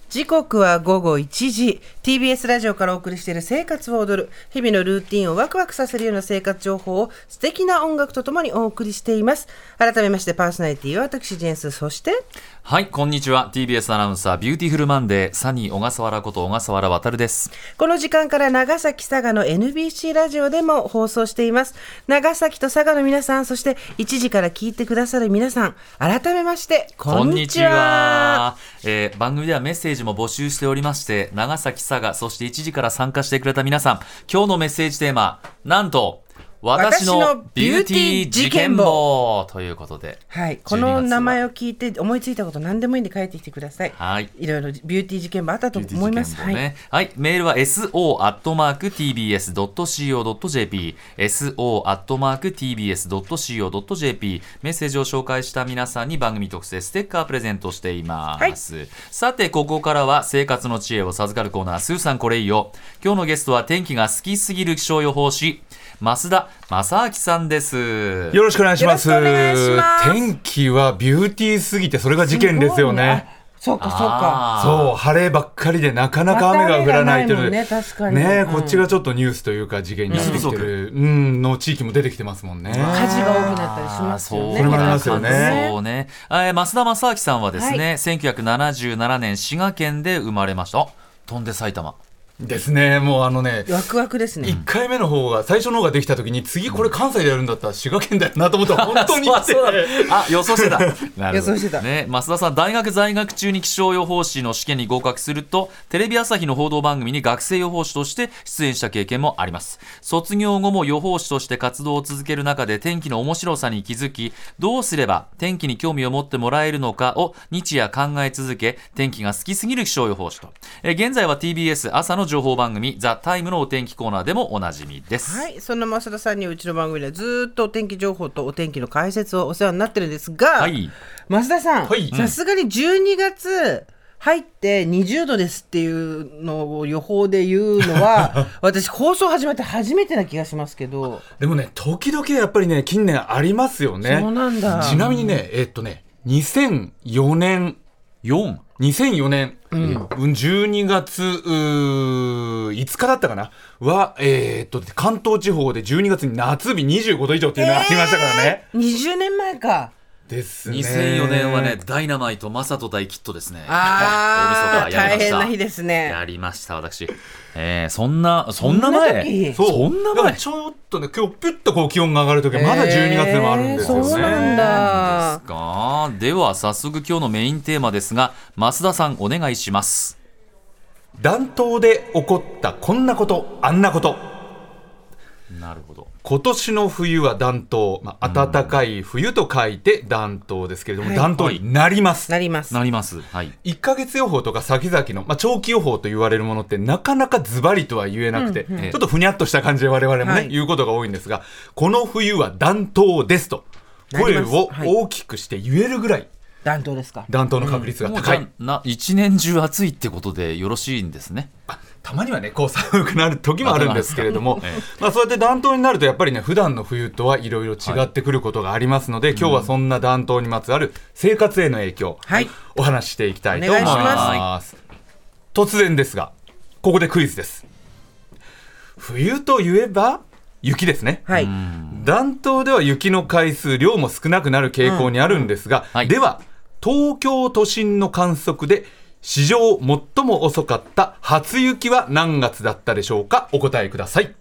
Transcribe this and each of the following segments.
時刻は午後1時。 TBS ラジオからお送りしている生活を踊る、日々のルーティンをワクワクさせるような生活情報を素敵な音楽とともにお送りしています。改めましてパーソナリティは私ジェンス、そしてはい、こんにちは。 TBS アナウンサービューティフルマンデーサニー小笠原こと小笠原渉です。 この時間から長崎佐賀の NBC ラジオでも放送しています。長崎と佐賀の皆さん、そして1時から聞いてくださる皆さん、改めましてこんにちは。 番組ではメッセージも募集しておりまして、長崎佐賀そして1時から参加してくれた皆さん、今日のメッセージテーマ、なんと私のビューティー事件簿ということで、 はい、この名前を聞いて思いついたこと何でもいいんで書いてきてください。 はい、 いろいろビューティー事件簿あったと思います。 ね、はい、メールは so@tbs.co.jp so@tbs.co.jp メッセージを紹介した皆さんに番組特製ステッカープレゼントしています、はい、さてここからは生活の知恵を授かるコーナー、スーさんこれいいよ。今日のゲストは天気が好きすぎる気象予報士増田正明さんです。 よろしくお願いします。 よろしくお願いします。 天気はビューティーすぎてそれが事件ですよね。 そうかそうか。 そう、晴ればっかりでなかなか雨が降らないというね、確かにね、こっちがちょっとニュースというか事件になってきてる、の地域も出てきてますもんね。 火事が多くなったりしますよね。 それもありますよね。 そうね。増田正明さんはですね、1977年滋賀県で生まれました。飛んで埼玉ですね。もうワクワクですね。 1回目の方が最初の方ができた時に、次これ関西でやるんだったら滋賀県だよなと思ったら本当にって予想してた予想してた、 ね、増田さん大学在学中に気象予報士の試験に合格すると、テレビ朝日の報道番組に学生予報士として出演した経験もあります。卒業後も予報士として活動を続ける中で天気の面白さに気づき、どうすれば天気に興味を持ってもらえるのかを日夜考え続け、天気が好きすぎる気象予報士と、現在は TBS 朝の情報番組ザ・タイムのお天気コーナーでもおなじみです。 はい、その増田さんにうちの番組でずっとお天気情報とお天気の解説をお世話になってるんですが、 はい、 増田さん、 はい、 さすがに12月入って20度ですっていうのを予報で言うのは私放送始まって初めてな気がしますけど。 でもね、時々やっぱりね、近年ありますよね。 そうなんだ。 ちなみにね、2004年12月20日だったかなは、関東地方で12月に夏日25度以上っていうのがありましたからね。 20年前か。 ですね。 2004年はね、ダイナマイトマサト対キットですね。 ああ、大変な日ですね。 やりました私。そんな前そんな前ちょっとね、今日ピュッとこう気温が上がるときはまだ12月でもあるんですよね。 そうなんだ。 ですか。では早速今日のメインテーマですが、増田さんお願いします。 暖冬で起こったこんなことあんなこと。 なるほど。 今年の冬は暖冬、暖かい冬と書いて暖冬ですけれども、暖冬になります。 なります。 はい。 1ヶ月予報とか先々の、長期予報と言われるものってなかなかズバリとは言えなくて、ちょっとふにゃっとした感じで我々もね、言うことが多いんですが、この冬は暖冬ですと声を大きくして言えるぐらい、 暖冬ですか。 暖冬の確率が高い。 一年中暑いってことでよろしいんですね。 たまにはね、こう寒くなる時もあるんですけれども、そうやって暖冬になるとやっぱりね、普段の冬とはいろいろ違ってくることがありますので、今日はそんな暖冬にまつわる生活への影響、お話ししていきたいと思います。突然ですがここでクイズです。冬といえば雪ですね。暖冬では雪の回数量も少なくなる傾向にあるんですが、では東京都心の観測で史上最も遅かった初雪は何月だったでしょうか。お答えください。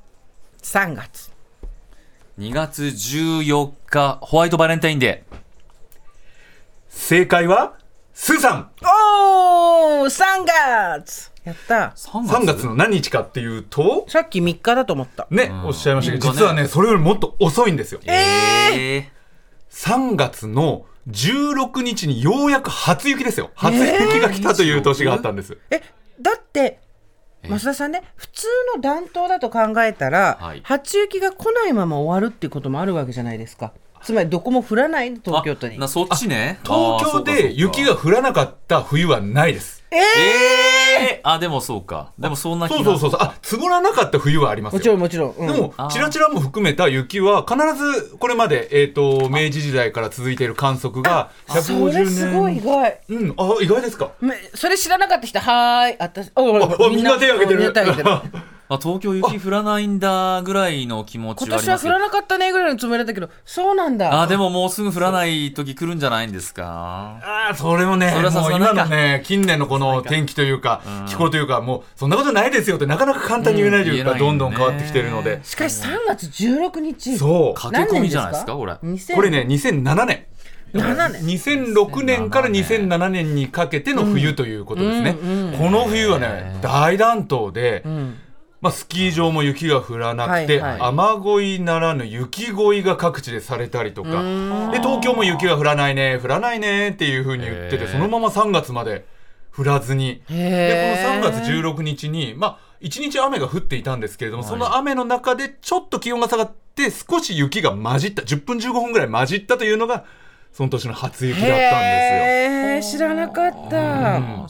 3月 2月14日ホワイトバレンタインデー。 正解はスーさん。 おー、3月やった。 3月の何日かっていうと、 さっき3日だと思ったね、おっしゃいましたけど、実はね、それよりもっと遅いんですよ。3月の16日にようやく初雪ですよ。初雪が来たという年があったんです。 だって増田さんね、普通の暖冬だと考えたら、初雪が来ないまま終わるっていうこともあるわけじゃないですか。つまりどこも降らない、東京都に。 そっちね。 東京で雪が降らなかった冬はないです。 でもそうか。でもそんな気がそう積もらなかった冬はありますよ。 もちろん、 でもチラチラも含めた雪は必ずこれまで、明治時代から続いている観測が150年。 それすごい意外。 意外ですか。 それ知らなかった人、はーい、私、 みんな手挙げてる。 みんな手挙げてる。 東京雪降らないんだぐらいの気持ちはあります今年は降らなかったねぐらいのつもりだったけど、そうなんだ。 でももうすぐ降らない時来るんじゃないんですか。 それもね、 それはさすもうがにか今のね、近年のこの天気というか気候というか、もうそんなことないですよってなかなか簡単に言えないというか、どんどん変わってきてるので。 しかし3月16日。 そう駆け込みじゃないですかこれ。 これね、2007年。2006年から2007年にかけての冬ということですね。この冬はね、大暖冬で、スキー場も雪が降らなくて、雨乞いならぬ雪乞いが各地でされたりとかで、東京も雪が降らないねっていう風に言ってて、そのまま3月まで降らずに、でこの3月16日に1日雨が降っていたんですけれども、その雨の中でちょっと気温が下がって少し雪が混じった、10分15分ぐらい混じったというのがその年の初雪だったんですよ。知らなかった。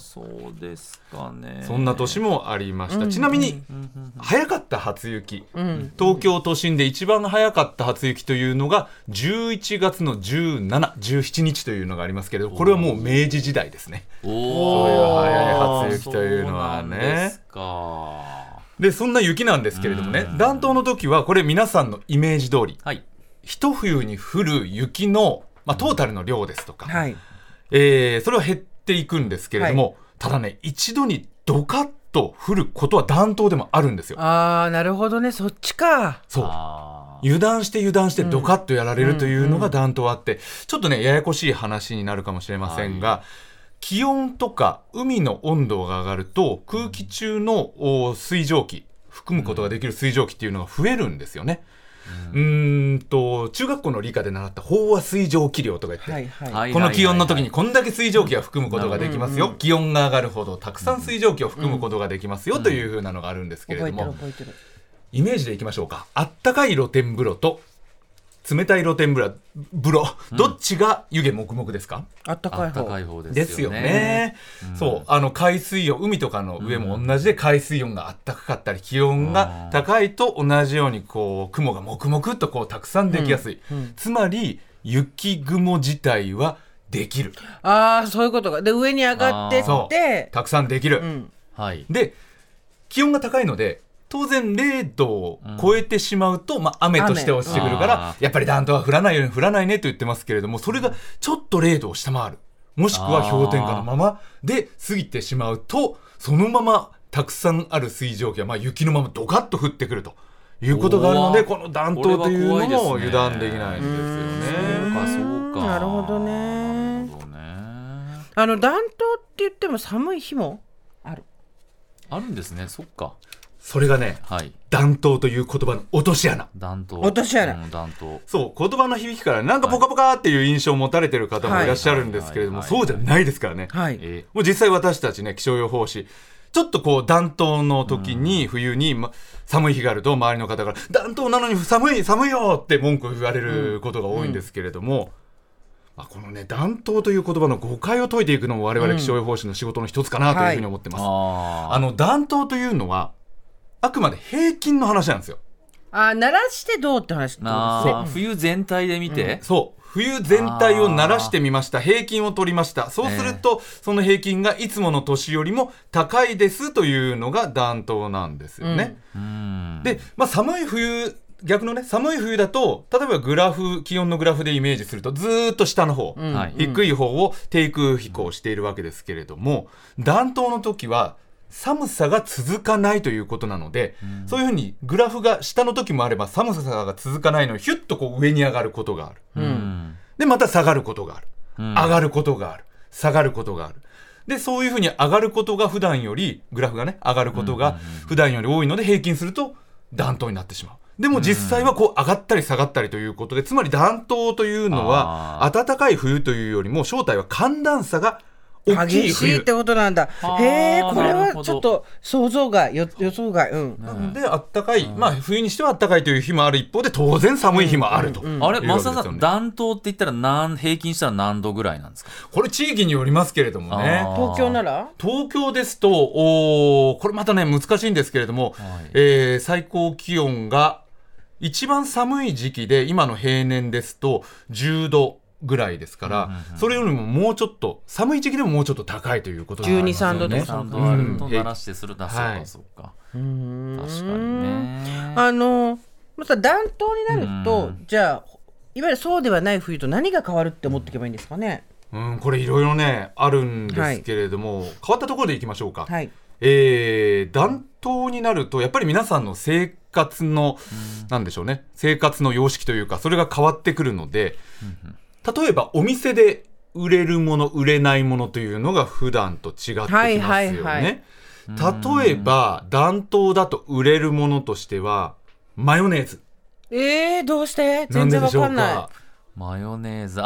そうですかね。 そんな年もありました。ちなみに早かった初雪、東京都心で一番早かった初雪というのが11月の17、17日というのがありますけれど、これはもう明治時代ですね。そういう早い初雪というのはね。でそんな雪なんですけれどもね、暖冬の時はこれ皆さんのイメージ通り、一冬に降る雪のトータルの量ですとか、それは減っていくんですけれども、ただね、一度にドカッと降ることは暖冬でもあるんですよ。 なるほどね、そっちか。 そう、油断してドカッとやられるというのが暖冬あって、ちょっとねややこしい話になるかもしれませんが、気温とか海の温度が上がると空気中の水蒸気、含むことができる水蒸気っていうのが増えるんですよね。中学校の理科で習った飽和水蒸気量とか言って、この気温の時にこんだけ水蒸気が含むことができますよ、気温が上がるほどたくさん水蒸気を含むことができますよという風なのがあるんですけれども、イメージでいきましょうか。あったかい露天風呂と冷たい露天風呂、どっちが湯気もくもくですか？ あったかい方ですよね。そう海水温、海とかの上も同じで海水温があったかかったり気温が高いと同じようにこう雲がもくもくっとこうたくさんできやすい、つまり雪雲自体はできる。 そういうことがで上に上がってってたくさんできる、で気温が高いので当然0度を超えてしまうと、雨として落ちてくるから、やっぱり暖冬は降らないように降らないねと言ってますけれども、それがちょっと0度を下回る、もしくは氷点下のままで過ぎてしまうと、そのままたくさんある水蒸気が雪のままドカッと降ってくるということがあるので、この暖冬というのも油断できないんですよね。 そうか。 なるほどね。暖冬って言っても寒い日もあるんですね。そっか。 それがね、暖冬という言葉の落とし穴。 落とし穴。 そう、言葉の響きからなんかポカポカっていう印象を持たれてる方もいらっしゃるんですけれども、そうじゃないですからね。もう実際私たちね、気象予報士、ちょっとこう暖冬の時に、冬に寒い日があると周りの方から暖冬なのに寒いよって文句を言われることが多いんですけれども、このね暖冬という言葉の誤解を解いていくのも我々気象予報士の仕事の一つかなというふうに思ってます。暖冬というのはあくまで平均の話なんですよ。 慣らしてどうって話ですね。 冬全体で見て、 そう冬全体を慣らしてみました、平均を取りました。そうすると、その平均がいつもの年よりも高いですというのが暖冬なんですよね。で、寒い冬、逆のね寒い冬だと例えば気温のグラフでイメージするとずーっと下の方、低い方を低空飛行しているわけですけれども、暖冬の時は寒さが続かないということなので、そういうふうにグラフが下の時もあれば寒さが続かないのにヒュッとこう上に上がることがある、でまた下がることがある、上がることがある、下がることがある。でそういうふうに上がることが普段よりグラフがね上がることが普段より多いので平均すると暖冬になってしまう。でも実際はこう上がったり下がったりということで、つまり暖冬というのは暖かい冬というよりも正体は寒暖差が大きい激しいってことなんだ。へえ、これはちょっと想像外、予想外。 なのであったかい、冬にしてはあったかいという日もある一方で当然寒い日もあると、 あれ、増田さん、暖冬って言ったら平均したら何度ぐらいなんですか？ これ地域によりますけれどもね。 東京なら？ 東京ですとこれまたね難しいんですけれども、最高気温が一番寒い時期で今の平年ですと10度ぐらいですから、それよりももうちょっと寒い時期でももうちょっと高いということになりますよね。 12、3度とか 3度あると鳴らしてするだそうか。確かにね。 また暖冬になると、じゃあいわゆるそうではない冬と何が変わるって思っていけばいいんですかね。 これいろいろねあるんですけれども、変わったところでいきましょうか。 はい。 暖冬になるとやっぱり皆さんの生活の、なんでしょうね、生活の様式というかそれが変わってくるので、例えばお店で売れるもの売れないものというのが普段と違ってきますよね。例えば暖冬だと売れるものとしてはマヨネーズ。 どうして全然わかんない。 マヨネーズ、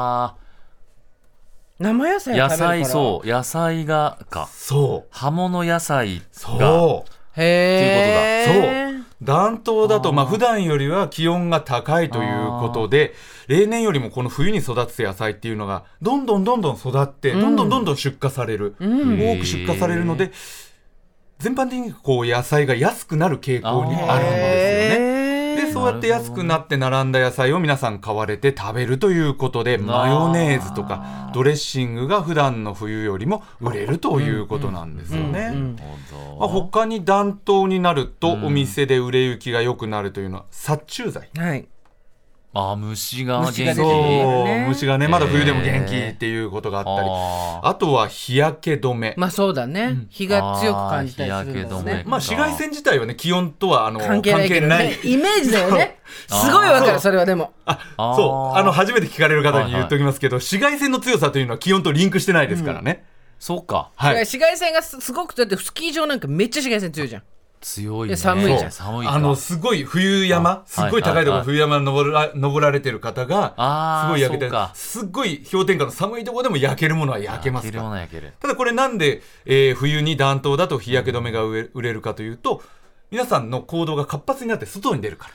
生野菜食べるから。 野菜がか。 そう葉物野菜が。 そうへっていうことだ。そう暖冬だと普段よりは気温が高いということで、例年よりもこの冬に育つ野菜っていうのがどんどん育って、どんどん出荷される、多く出荷されるので全般的にこう野菜が安くなる傾向にあるんですよね。でそうやって安くなって並んだ野菜を皆さん買われて食べるということで、マヨネーズとかドレッシングが普段の冬よりも売れるということなんですよね。他に暖冬になるとお店で売れ行きが良くなるというのは殺虫剤。 虫が元気。 虫がねまだ冬でも元気っていうことがあったり、あとは日焼け止め。 そうだね、日が強く感じたりするんですね。 紫外線自体はね気温とは関係ないけどね、イメージだよね。すごいわかる。それはでも初めて聞かれる方に言っておきますけど、紫外線の強さというのは気温とリンクしてないですからね。 そうか。 紫外線がすごくだってスキー場なんかめっちゃ紫外線強いじゃん。 強いね。 寒いじゃん。 すごい冬山、すごい高いところ冬山登られてる方がすごい焼けて、すごい氷点下の寒いところでも焼けるものは焼けますから。ただこれなんで、冬に暖冬だと日焼け止めが売れるかというと、皆さんの行動が活発になって外に出るから。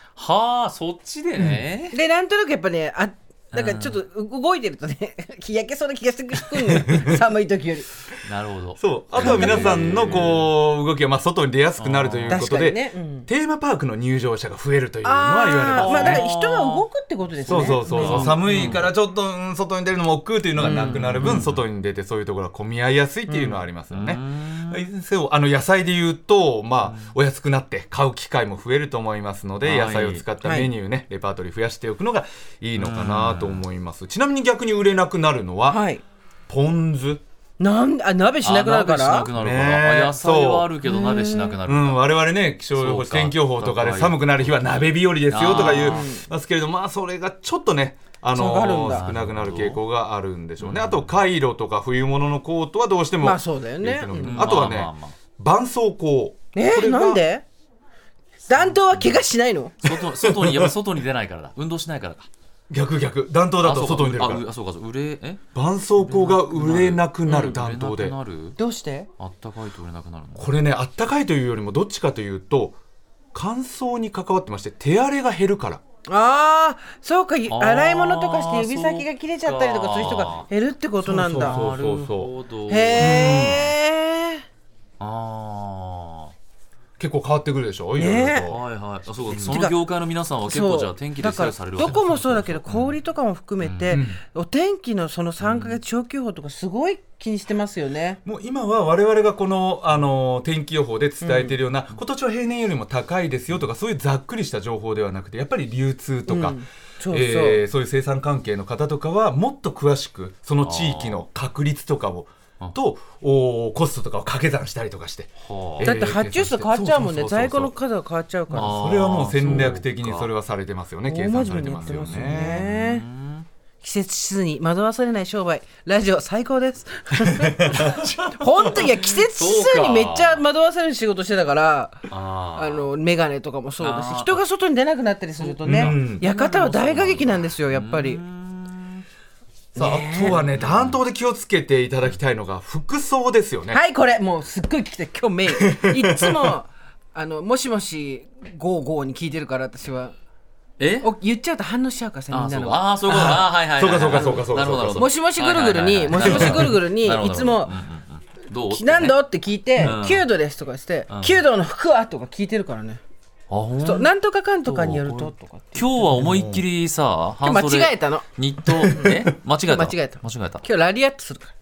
そっちでね。 でなんとなくやっぱねなんかちょっと動いてるとね日焼けそうな気がしてくるの寒い時より。 なるほど。 あとは皆さんの動きが外に出やすくなるということで、テーマパークの入場者が増えるというのは言われますね。 だから人が動くってことですね。 寒いからちょっと外に出るのも億劫というのがなくなる分、外に出てそういうところが混み合いやすいっていうのはありますよね。野菜でいうとお安くなって買う機会も増えると思いますので、野菜を使ったメニューね、レパートリー増やしておくのがいいのかなと思います。ちなみに逆に売れなくなるのは、ポン酢。 鍋しなくなるから。 野菜はあるけど鍋しなくなる。 我々ね気象予報士天気予報とかで寒くなる日は鍋日和ですよとか言いますけれども、それがちょっとね少なくなる傾向があるんでしょうね。あとカイロとか冬物のコートはどうしてもそうだよね。 あとはね絆創膏。 なんで暖冬は怪我しないの？ 外に出ないからだ。運動しないからか。 逆暖冬だと外に出るから。絆創膏が売れなくなる。暖冬でどうしてあったかいと売れなくなるの？ これねあったかいというよりもどっちかというと乾燥に関わってまして、手荒れが減るから。 そうか、洗い物とかして指先が切れちゃったりとかそういう人が減るってことなんだ。へえ。 結構変わってくるでしょ。いろいろと。 その業界の皆さんは結構じゃあ天気で左右されるわけです。 どこもそうだけど小売とかも含めて、お天気のその3ヶ月長期予報とかすごい気にしてますよね。 もう今は我々がこの、天気予報で伝えているような、今年は平年よりも高いですよとかそういうざっくりした情報ではなくて、やっぱり流通とか、そういう生産関係の方とかはもっと詳しくその地域の確率とかをとコストとかを掛け算したりとかして、 だって発注数変わっちゃうもんね。在庫の数が変わっちゃうから。 それはもう戦略的にそれはされてますよね。計算されてますよね。 季節指数に惑わされない商売、ラジオ最高です本当に季節指数にめっちゃ惑わされる仕事してたから、メガネとかもそうだし、人が外に出なくなったりするとね、館は大打撃なんですよやっぱり。 さあ、あとはね、暖冬で気をつけていただきたいのが服装ですよね。 はい、これもうすっごい聞きたい。今日メインいつももしもし55に聞いてるから、私は言っちゃうと反応しちゃうからさ、みんなのああ、そういうこと。はいはい。 そうかなるほど。 もしもしぐるぐるにいつも何度って聞いて、9度ですとかして、9度の服はとか聞いてるからね。そう、なんとかかんとかによるととか。 今日は思いっきりさ、 間違えたの。 ニット間違えた。 今日ラリアットするから。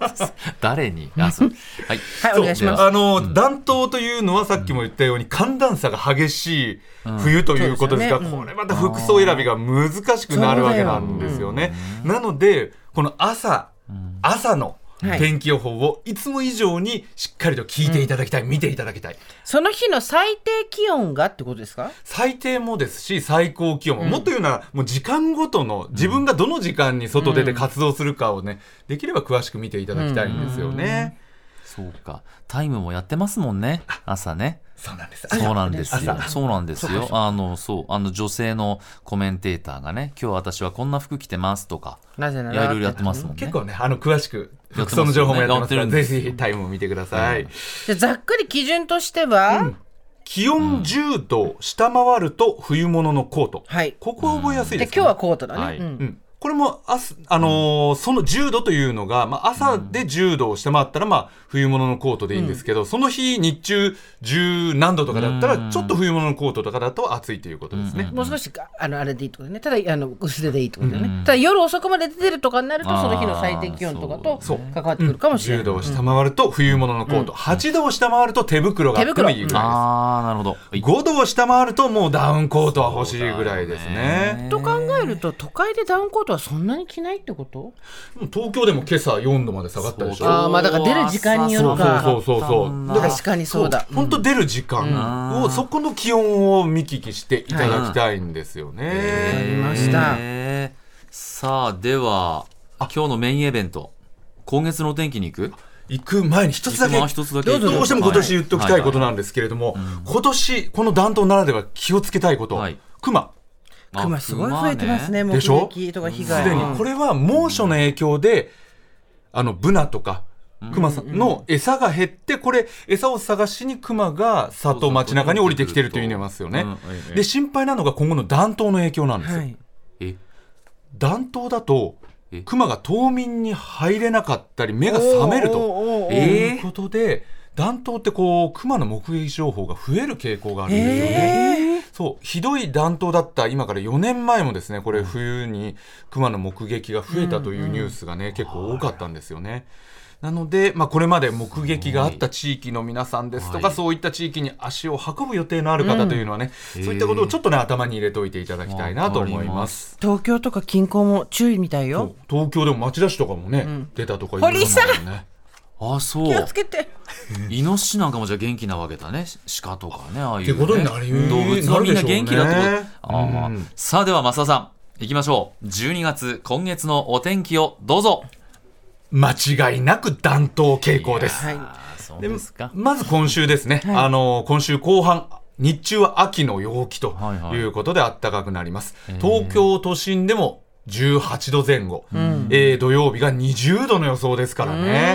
誰に？はい、 お願いします。 暖冬というのはさっきも言ったように寒暖差が激しい冬ということですが、これまた服装選びが難しくなるわけなんですよね。なのでこの朝の天気予報をいつも以上にしっかりと聞いていただきたい、見ていただきたい。 その日の最低気温がってことですか？ 最低もですし最高気温も、もっと言うならもう時間ごとの自分がどの時間に外出て活動するかをね、できれば詳しく見ていただきたいんですよね。 そうか、タイムもやってますもんね、朝ね。 そうなんです。 そうなんですよ。女性のコメンテーターがね、今日私はこんな服着てますとか、 なぜならいろいろやってますもんね。 結構ね、詳しく服装の情報もやってますから、ぜひタイムを見てください。 じゃざっくり基準としては、 気温10度を下回ると冬物のコート。ここは覚えやすいですね。 今日はコートだね。 これもその10度というのが、朝で10度を下回ったら、冬物のコートでいいんですけど、その日日中10何度とかだったら、ちょっと冬物のコートとかだと暑いということですね。 もう少しあれでいいってことね。ただ薄手でいいってことだよね。ただ夜遅くまで出てるとかになると、その日の最低気温とかと関わってくるかもしれない。 10度を下回ると冬物のコート、8度を下回ると手袋があってもいいぐらいです。 なるほど。 5度を下回るともうダウンコートは欲しいぐらいですね。 と考えると都会でダウンコートはそんなに着ないってこと？ 東京でも今朝4度まで下がったでしょ。 だから出る時間によるか。 そう確かにそうだ。 本当出る時間を、そこの気温を見聞きしていただきたいんですよね。 わかりました。 さあ、では今日のメインイベント、今月のお天気に行く前に一つだけどうしても今年言っておきたいことなんですけれども、今年この暖冬ならでは気をつけたいこと、クマすごい増えてますね。目撃とか被害。 すでにこれは猛暑の影響でブナとかクマさんの餌が減って、これ餌を探しにクマが里街中に降りてきてるという意味ますよね。で心配なのが今後の暖冬の影響なんですよ。暖冬だとクマが冬眠に入れなかったり目が覚めるということで、暖冬ってクマの目撃情報が増える傾向があるんですよね。そう、ひどい暖冬だった今から4年前もですね、これ冬にクマの目撃が増えたというニュースがね、結構多かったんですよね。なので、これまで目撃があった地域の皆さんですとか、そういった地域に足を運ぶ予定のある方というのはね、そういったことをちょっとね頭に入れておいていただきたいなと思います。 東京とか近郊も注意みたいよ。 東京でも町田市とかもね、出たとか堀さん、 そう気をつけて。 イノシシなんかもじゃあ元気なわけだね。鹿とかね、ああいうね、 ってことになる動物はみんな元気だってこと。さあ、では増田さんいきましょう。12月今月のお天気をどうぞ。 間違いなく暖冬傾向です。 でまず今週ですね、今週後半日中は秋の陽気ということで暖かくなります。東京都心でも18度前後、土曜日が20度の予想ですからね。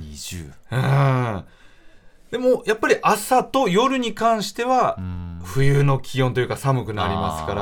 でもやっぱり朝と夜に関しては冬の気温というか寒くなりますから、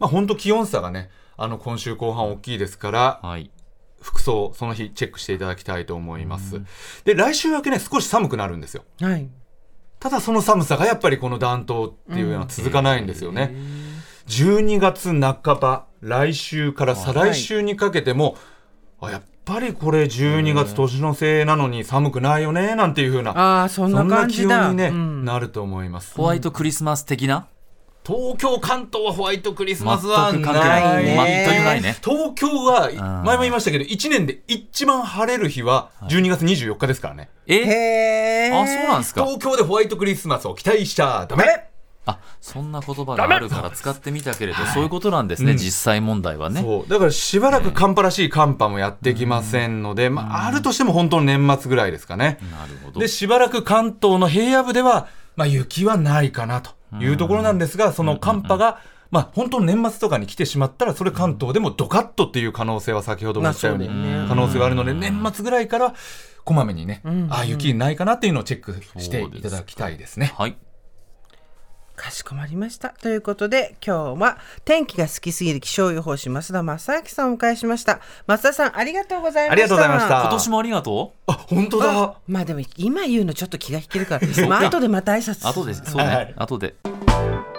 本当気温差がね、今週後半大きいですから、服装その日チェックしていただきたいと思います。で来週明けね、少し寒くなるんですよ。ただその寒さがやっぱりこの暖冬っていうのは続かないんですよね。12月半ば、来週から再来週にかけても、やっぱりこれ12月年のせいなのに寒くないよねなんていう風な、そんな気温に、ね、なると思います。 ホワイトクリスマス的な。 東京関東はホワイトクリスマスは全くないね。 東京は前も言いましたけど、1年で一番晴れる日は12月24日ですからね。 そうなんですか。 東京でホワイトクリスマスを期待しちゃダメ。 そんな言葉があるから使ってみたけれど、そういうことなんですね、実際問題はね。 そうだからしばらく寒波らしい寒波もやってきませんので、あるとしても本当の年末ぐらいですかね。 なるほど。 でしばらく関東の平野部では、雪はないかなというところなんですが、その寒波が本当の年末とかに来てしまったらそれ関東でもドカッとっていう可能性は先ほども言ったように可能性はあるので、年末ぐらいからこまめにね、雪ないかなっていうのをチェックしていただきたいですね。 はい、 かしこまりました。ということで今日は天気が好きすぎる気象予報士増田正明さんをお迎えしました。増田さんありがとうございました。 ありがとうございました。 今年もありがとう。 本当だ。 でも今言うのちょっと気が引けるから後でまた挨拶後でそうね、後で。